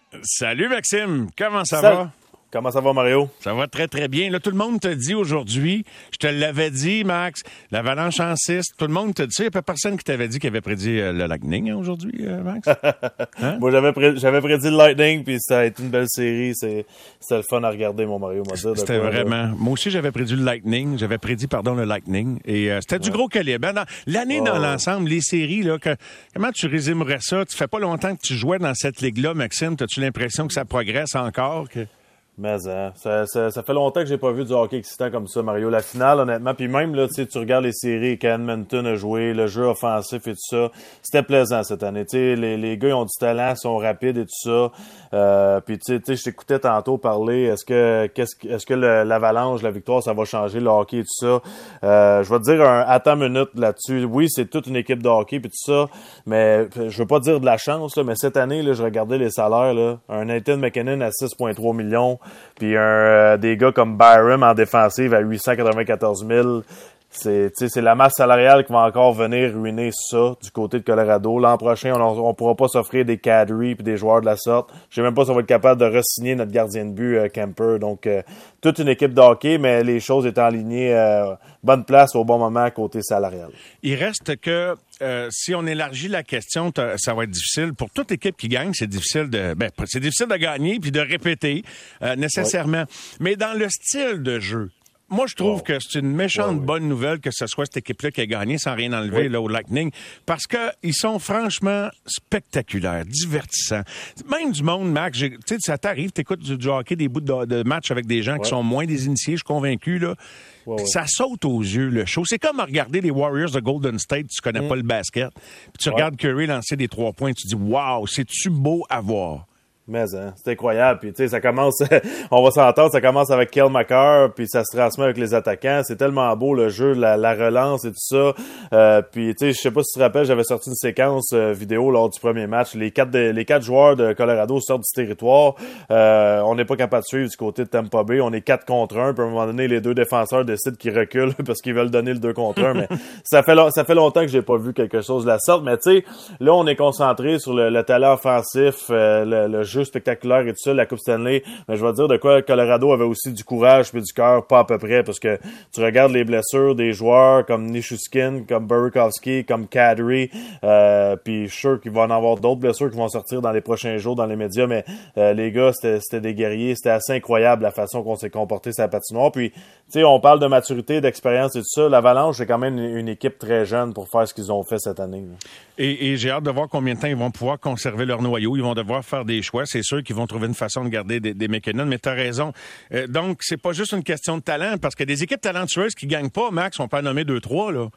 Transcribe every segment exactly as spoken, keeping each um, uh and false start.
Salut Maxime, comment ça Salut. va? Comment ça va, Mario? Ça va très, très bien. Là, tout le monde te dit aujourd'hui, je te l'avais dit, Max, l'Avalanche en six, tout le monde te dit ça. Il n'y a pas personne qui t'avait dit qu'il avait prédit euh, le Lightning hein, aujourd'hui, euh, Max? Hein? Moi, j'avais, pré- j'avais prédit le Lightning, puis ça a été une belle série. C'est, c'était le fun à regarder, mon Mario. M'a dit, c'était quoi, vraiment... là. Moi aussi, j'avais prédit le Lightning. J'avais prédit, pardon, le Lightning. Et euh, c'était du ouais. gros calibre. Hein? Dans, l'année, oh. dans l'ensemble, les séries, là, que, comment tu résumerais ça? Tu fais pas longtemps que tu jouais dans cette ligue-là, Maxime. As-tu l'impression que ça progresse encore? Que... Mais hein, ça, ça, ça fait longtemps que j'ai pas vu du hockey excitant comme ça, Mario. La finale, honnêtement, puis même là, tu sais, tu regardes les séries qu'Edmonton a joué, le jeu offensif et tout ça, c'était plaisant cette année. Tu sais, les, les gars ils ont du talent, sont rapides et tout ça. Euh, puis tu sais, je t'écoutais tantôt parler. Est-ce que, qu'est-ce, est-ce que le, l'Avalanche, la victoire, ça va changer le hockey et tout ça euh, Je vais te dire un attends minute là-dessus. Oui, c'est toute une équipe de hockey puis tout ça, mais je veux pas dire de la chance là, mais cette année là, je regardais les salaires là, un Nathan McKinnon à six virgule trois millions. Puis un euh, des gars comme Byram en défensive à huit cent quatre-vingt-quatorze mille. C'est, c'est la masse salariale qui va encore venir ruiner ça du côté de Colorado. L'an prochain, on ne pourra pas s'offrir des Kadri et des joueurs de la sorte. Je sais même pas si on va être capable de re-signer notre gardien de but, euh, Kemper. Donc, euh, toute une équipe de hockey, mais les choses étant alignées, euh, bonne place au bon moment côté salarial. Il reste que, euh, si on élargit la question, ça va être difficile. Pour toute équipe qui gagne, c'est difficile de, ben, c'est difficile de gagner puis de répéter, euh, nécessairement. Oui. Mais dans le style de jeu, moi, je trouve wow. que c'est une méchante ouais, ouais. bonne nouvelle que ce soit cette équipe-là qui a gagné sans rien enlever ouais. là, au Lightning, parce que ils sont franchement spectaculaires, divertissants. Même du monde, Max, tu sais, ça t'arrive, t'écoutes du, du hockey, des bouts de, de match avec des gens ouais. qui sont moins des initiés, je suis convaincu, là. Ouais, ouais. Ça saute aux yeux, le show. C'est comme regarder les Warriors de Golden State, tu connais mm. pas le basket, puis tu ouais. regardes Curry lancer des trois points, tu dis « Wow, c'est-tu beau à voir? » Mais hein, c'est incroyable. Puis tu sais, ça commence, on va s'entendre, ça commence avec Cale Makar, puis ça se transmet avec les attaquants. C'est tellement beau le jeu, la, la relance et tout ça. Euh, puis tu sais, je sais pas si tu te rappelles, j'avais sorti une séquence euh, vidéo lors du premier match. Les quatre, de, les quatre joueurs de Colorado sortent du territoire. Euh, on n'est pas capable de suivre du côté de Tampa Bay. On est quatre contre un. Puis à un moment donné, les deux défenseurs décident qu'ils reculent parce qu'ils veulent donner le deux contre un. Mais ça fait ça fait longtemps que j'ai pas vu quelque chose de la sorte. Mais tu sais, là, on est concentré sur le, le talent offensif, euh, le, le jeu spectaculaire et tout ça, la Coupe Stanley. Mais je vais dire de quoi Colorado avait aussi du courage puis du cœur, pas à peu près, parce que tu regardes les blessures des joueurs comme Nichushkin, comme Burakovsky, comme Kadri, euh, puis je suis sûr qu'il va en avoir d'autres blessures qui vont sortir dans les prochains jours dans les médias, mais euh, les gars, c'était, c'était des guerriers, c'était assez incroyable la façon qu'on s'est comporté sur la patinoire. Puis, tu sais, on parle de maturité, d'expérience et tout ça. L'Avalanche, c'est quand même une, une équipe très jeune pour faire ce qu'ils ont fait cette année. Et, et j'ai hâte de voir combien de temps ils vont pouvoir conserver leur noyau. Ils vont devoir faire des choix. C'est sûr qu'ils vont trouver une façon de garder des, des McKinnon, mais t'as raison. Euh, donc, c'est pas juste une question de talent, parce que des équipes talentueuses qui gagnent pas, Max, on peut en nommer deux, trois, là.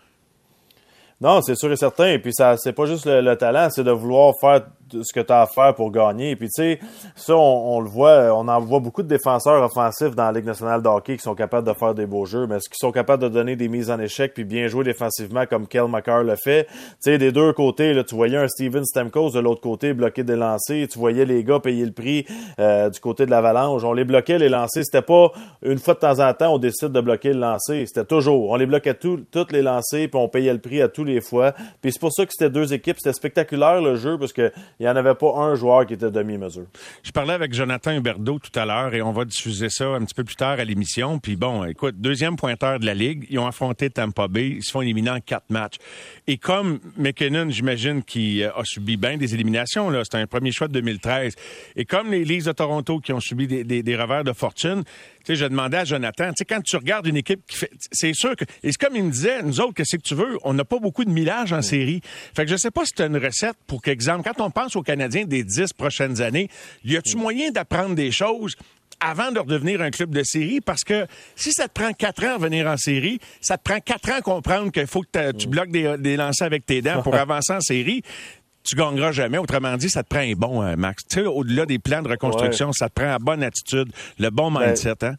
Non, c'est sûr et certain. Et puis, ça, c'est pas juste le, le talent, c'est de vouloir faire ce que tu as à faire pour gagner. Et puis, tu sais, ça, on, on le voit, on en voit beaucoup de défenseurs offensifs dans la Ligue nationale de hockey qui sont capables de faire des beaux jeux, mais est-ce qu'ils sont capables de donner des mises en échec puis bien jouer défensivement comme Cale Makar le fait? Tu sais, des deux côtés, là, tu voyais un Steven Stamkos de l'autre côté bloquer des lancers, tu voyais les gars payer le prix euh, du côté de l'Avalanche. On les bloquait, les lancers. C'était pas une fois de temps en temps, on décide de bloquer le lancer. C'était toujours, on les bloquait tous toutes les lancers puis on payait le prix à tous les fois. Puis c'est pour ça que c'était deux équipes. C'était spectaculaire, le jeu, parce que il y en avait pas un joueur qui était demi-mesure. Je parlais avec Jonathan Huberdeau tout à l'heure et on va diffuser ça un petit peu plus tard à l'émission. Puis bon, écoute, deuxième pointeur de la Ligue, ils ont affronté Tampa Bay, ils se font éliminer en quatre matchs. Et comme McKinnon, j'imagine, qui a subi bien des éliminations, là, c'était un premier choix de deux mille treize. Et comme les Leafs de Toronto qui ont subi des, des, des revers de fortune, tu sais, je demandais à Jonathan, tu sais, quand tu regardes une équipe qui fait, c'est sûr que, et c'est comme il me disait, nous autres, qu'est-ce que tu veux? On n'a pas beaucoup de millage en mmh. série. Fait que je sais pas si tu as une recette pour qu'exemple, quand on pense aux Canadiens des dix prochaines années, y a-tu mmh. moyen d'apprendre des choses avant de redevenir un club de série? Parce que si ça te prend quatre ans à venir en série, ça te prend quatre ans à comprendre qu'il faut que tu bloques des, des lancers avec tes dents pour avancer en série. Tu gagneras jamais. Autrement dit, ça te prend un bon, euh, Max. Tu sais, au-delà des plans de reconstruction, ouais. ça te prend la bonne attitude, le bon mindset, ben, hein?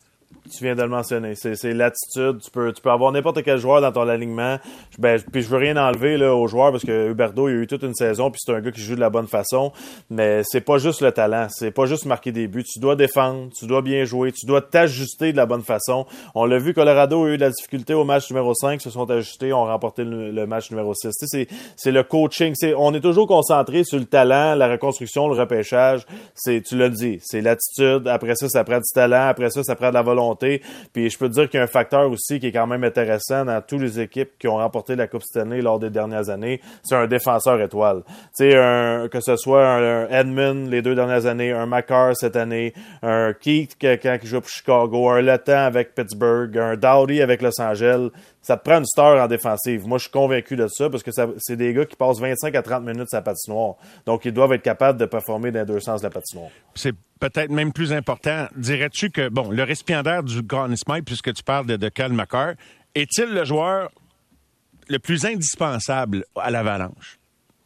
tu viens de le mentionner. C'est, c'est l'attitude. Tu peux, tu peux avoir n'importe quel joueur dans ton alignement. Ben, puis je veux rien enlever là, aux joueurs parce que Huberdeau, il a eu toute une saison puis c'est un gars qui joue de la bonne façon. Mais c'est pas juste le talent. C'est pas juste marquer des buts. Tu dois défendre. Tu dois bien jouer. Tu dois t'ajuster de la bonne façon. On l'a vu, Colorado a eu de la difficulté au match numéro cinq, se sont ajustés, ont remporté le, le match numéro six. Tu sais, c'est, c'est le coaching. C'est, on est toujours concentré sur le talent, la reconstruction, le repêchage. C'est, tu l'as dit, c'est l'attitude. Après ça, ça prend du talent. Après ça, ça prend de la volonté. Puis je peux te dire qu'il y a un facteur aussi qui est quand même intéressant dans toutes les équipes qui ont remporté la Coupe Stanley lors des dernières années. C'est un défenseur étoile. Tu sais, un, que ce soit un, un Edmund les deux dernières années, un Makar cette année, un Keith quand il joue pour Chicago, un Letang avec Pittsburgh, un Doughty avec Los Angeles. Ça te prend une star en défensive. Moi, je suis convaincu de ça parce que ça, c'est des gars qui passent vingt-cinq à trente minutes sur la patinoire. Donc, ils doivent être capables de performer dans les deux sens de la patinoire. C'est peut-être même plus important. Dirais-tu que, bon, le récipiendaire du Conn Smythe, puisque tu parles de, de Cale Makar, est-il le joueur le plus indispensable à l'Avalanche?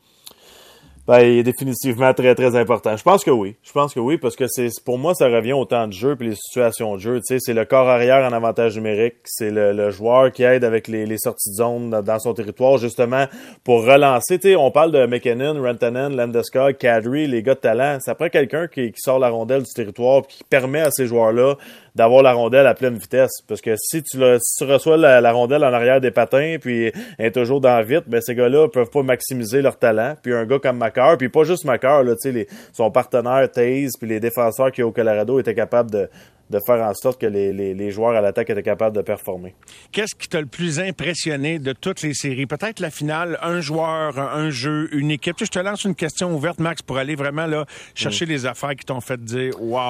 Ben, il est définitivement très, très important. Je pense que oui. Je pense que oui, parce que c'est, pour moi, ça revient au temps de jeu puis les situations de jeu. Tu sais, c'est le corps arrière en avantage numérique. C'est le, le joueur qui aide avec les, les sorties de zone dans, dans son territoire, justement, pour relancer. Tu sais, on parle de McKinnon, Rantanen, Landeskog, Kadri, les gars de talent. Ça prend quelqu'un qui, qui sort la rondelle du territoire puis qui permet à ces joueurs-là d'avoir la rondelle à pleine vitesse. Parce que si tu, la, si tu reçois la, la rondelle en arrière des patins puis elle est toujours dans vite, ben ces gars-là peuvent pas maximiser leur talent. Puis un gars comme Makar, puis pas juste Makar, là, tu sais, les, son partenaire Taze puis les défenseurs qui au Colorado étaient capables de, de faire en sorte que les, les, les joueurs à l'attaque étaient capables de performer. Qu'est-ce qui t'a le plus impressionné de toutes les séries? Peut-être la finale, un joueur, un jeu, une équipe. Tu sais, je te lance une question ouverte, Max, pour aller vraiment là chercher mm. les affaires qui t'ont fait dire « Wow! »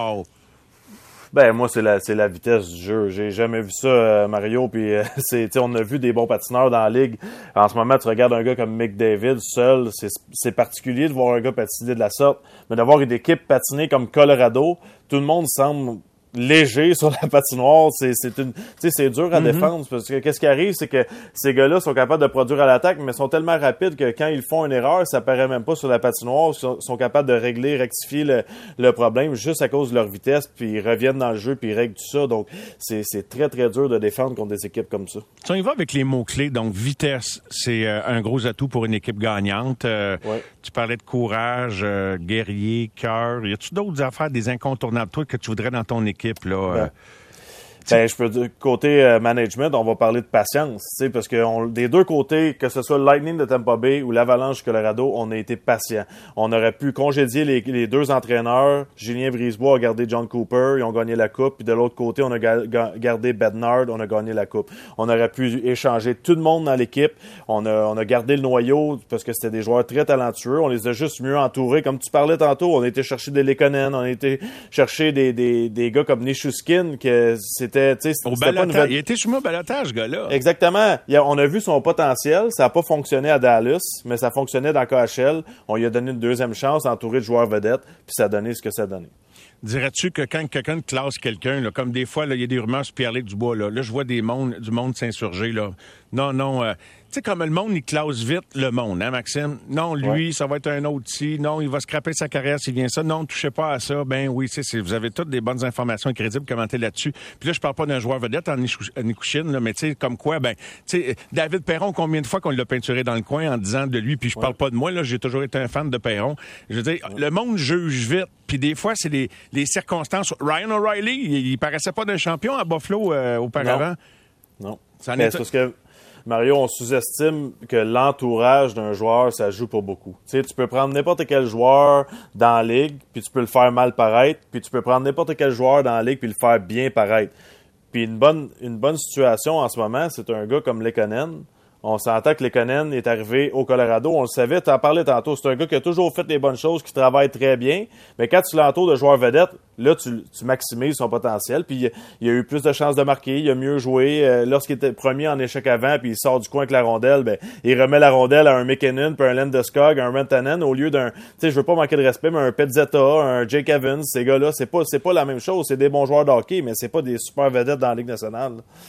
Ben moi c'est la c'est la vitesse du jeu. J'ai jamais vu ça euh, Mario puis euh, c'est tu sais on a vu des bons patineurs dans la ligue. En ce moment tu regardes un gars comme McDavid seul, c'est c'est particulier de voir un gars patiner de la sorte, mais d'avoir une équipe patinée comme Colorado, tout le monde semble léger sur la patinoire, c'est c'est une tu sais c'est dur à mm-hmm. défendre parce que qu'est-ce qui arrive c'est que ces gars-là sont capables de produire à l'attaque mais sont tellement rapides que quand ils font une erreur, ça paraît même pas sur la patinoire, ils sont, sont capables de régler, rectifier le, le problème juste à cause de leur vitesse puis ils reviennent dans le jeu puis ils règlent tout ça. Donc c'est c'est très très dur de défendre contre des équipes comme ça. Si on y va avec les mots-clés, donc vitesse, c'est euh, un gros atout pour une équipe gagnante. Euh, ouais. Tu parlais de courage, euh, guerrier, cœur. Y a-tu d'autres affaires, des incontournables, toi, que tu voudrais dans ton équipe? Là, ben, ben, je peux dire, côté euh, management, on va parler de patience, tu sais, parce que on, des deux côtés, que ce soit le Lightning de Tampa Bay ou l'Avalanche du Colorado, on a été patient. On aurait pu congédier les, les deux entraîneurs. Julien Brisebois a gardé John Cooper, ils ont gagné la coupe. Puis de l'autre côté, on a ga- ga- gardé Bednard, on a gagné la coupe. On aurait pu échanger tout le monde dans l'équipe. On a, on a gardé le noyau parce que c'était des joueurs très talentueux. On les a juste mieux entourés. Comme tu parlais tantôt, on a été chercher des Lekonen, on a été chercher des, des, des gars comme Nichushkin, que c'était C'était, au balotage. Nouvelle... Il était chez moi au balotage, ce gars-là. Exactement. Il a, on a vu son potentiel. Ça n'a pas fonctionné à Dallas, mais ça fonctionnait dans K H L. On lui a donné une deuxième chance, entouré de joueurs vedettes, puis ça a donné ce que ça a donné. Dirais-tu que quand quelqu'un classe quelqu'un, là, comme des fois, il y a des rumeurs sur Pierre-Luc Dubois, là, là je vois des mondes, du monde s'insurger. Là. Non, non. Euh, tu sais, comme le monde, il classe vite le monde, hein, Maxime? Non, lui, ouais. ça va être un autre ci. Non, il va scraper sa carrière s'il vient ça. Non, ne touchez pas à ça. Ben oui, tu sais, vous avez toutes des bonnes informations crédibles commentées là-dessus. Puis là, je parle pas d'un joueur vedette en Nichushkin, là, mais tu sais, comme quoi, ben, tu sais, David Perron, combien de fois qu'on l'a peinturé dans le coin en disant de lui, puis je ouais. parle pas de moi, là, j'ai toujours été un fan de Perron. Je veux dire, ouais. le monde juge vite. Puis des fois, c'est les, les circonstances. Ryan O'Reilly, il, il paraissait pas d'un champion à Buffalo euh, auparavant. Non. non. Ça en est t- parce que Mario, on sous-estime que l'entourage d'un joueur, ça joue pour beaucoup. Tu sais, tu peux prendre n'importe quel joueur dans la ligue, puis tu peux le faire mal paraître, puis tu peux prendre n'importe quel joueur dans la ligue, puis le faire bien paraître. Puis une bonne, une bonne situation en ce moment, c'est un gars comme Lekonen. On s'entend que Lekonen est arrivé au Colorado. On le savait, tu en parlais tantôt. C'est un gars qui a toujours fait les bonnes choses, qui travaille très bien. Mais quand tu l'entoures de joueurs vedettes, là, tu, tu maximises son potentiel. Puis il a eu plus de chances de marquer. Il a mieux joué. Euh, lorsqu'il était premier en échec avant, puis il sort du coin avec la rondelle, ben il remet la rondelle à un McKinnon, puis un Landeskog, un Rantanen, au lieu d'un... Tu sais, je veux pas manquer de respect, mais un Pezzetta, un Jake Evans, ces gars-là, c'est pas, c'est pas la même chose. C'est des bons joueurs de hockey, mais c'est pas des super vedettes dans la Ligue nationale.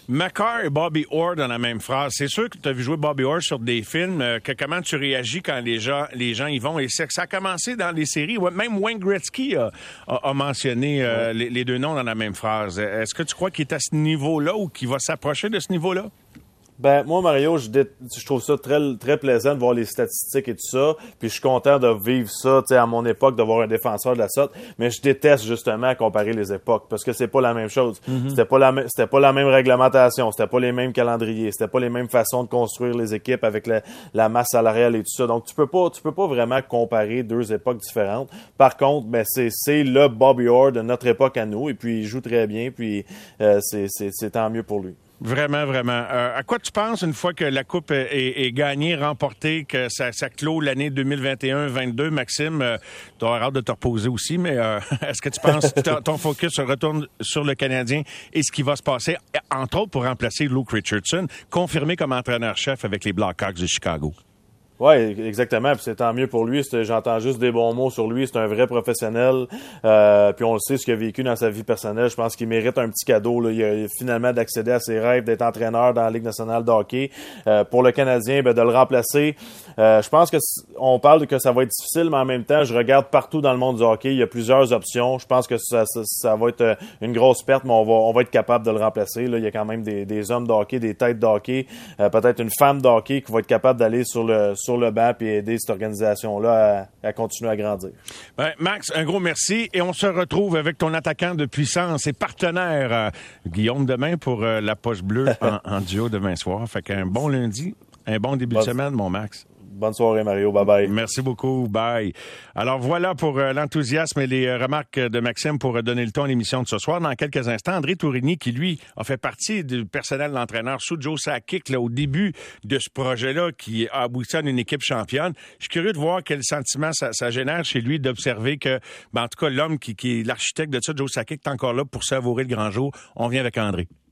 Makar et Bobby Orr dans la même phrase. C'est sûr que tu as vu jouer Bobby Orr sur des films, euh, que comment tu réagis quand les gens, les gens y vont. Et c'est que ça a commencé dans les séries. Même Wayne Gretzky a, a, a mentionné euh, ouais. les, les deux noms dans la même phrase. Est-ce que tu crois qu'il est à ce niveau-là ou qu'il va s'approcher de ce niveau-là? Ben moi Mario, je, dé... je trouve ça très très plaisant de voir les statistiques et tout ça, puis je suis content de vivre ça, tu sais, à mon époque, de voir un défenseur de la sorte, mais je déteste justement comparer les époques parce que c'est pas la même chose. Mm-hmm. C'était pas la m... c'était pas la même réglementation, c'était pas les mêmes calendriers, c'était pas les mêmes façons de construire les équipes avec la, la masse salariale et tout ça. Donc tu peux pas tu peux pas vraiment comparer deux époques différentes. Par contre, ben c'est c'est le Bobby Orr de notre époque à nous et puis il joue très bien, puis euh, c'est c'est c'est tant mieux pour lui. Vraiment, vraiment. Euh, à quoi tu penses une fois que la Coupe est, est gagnée, remportée, que ça, ça clôt l'année deux mille vingt et un vingt-deux, Maxime? Euh, tu auras hâte de te reposer aussi, mais euh, est-ce que tu penses que ton focus se retourne sur le Canadien et ce qui va se passer, entre autres pour remplacer Luke Richardson, confirmé comme entraîneur-chef avec les Blackhawks de Chicago? Oui, exactement. Puis c'est tant mieux pour lui. C'est, j'entends juste des bons mots sur lui. C'est un vrai professionnel. Euh, puis on le sait, ce qu'il a vécu dans sa vie personnelle. Je pense qu'il mérite un petit cadeau. Là. Il a finalement d'accéder à ses rêves d'être entraîneur dans la Ligue nationale de hockey. Euh, pour le Canadien, ben, de le remplacer. Euh, je pense que on parle que ça va être difficile, mais en même temps, je regarde partout dans le monde du hockey. Il y a plusieurs options. Je pense que ça, ça, ça va être une grosse perte, mais on va, on va être capable de le remplacer. Là. Il y a quand même des, des hommes de hockey, des têtes de hockey, euh, peut-être une femme de hockey qui va être capable d'aller sur le sur le banc puis aider cette organisation-là à, à continuer à grandir. Ben, Max, un gros merci et on se retrouve avec ton attaquant de puissance et partenaire euh, Guillaume demain pour euh, la poche bleue en, en duo demain soir. Fait qu'un bon lundi, un bon début Bonne... de semaine, mon Max. Bonne soirée, Mario. Bye-bye. Merci beaucoup. Bye. Alors, voilà pour euh, l'enthousiasme et les euh, remarques de Maxime pour euh, donner le ton à l'émission de ce soir. Dans quelques instants, André Tourigny, qui, lui, a fait partie du personnel de l'entraîneur sous Joe Sakic, là, au début de ce projet-là, qui a abouti à une équipe championne. Je suis curieux de voir quel sentiment ça, ça génère chez lui d'observer que, ben, en tout cas, l'homme qui, qui est l'architecte de ça, Joe Sakic, est encore là pour savourer le grand jour. On vient avec André.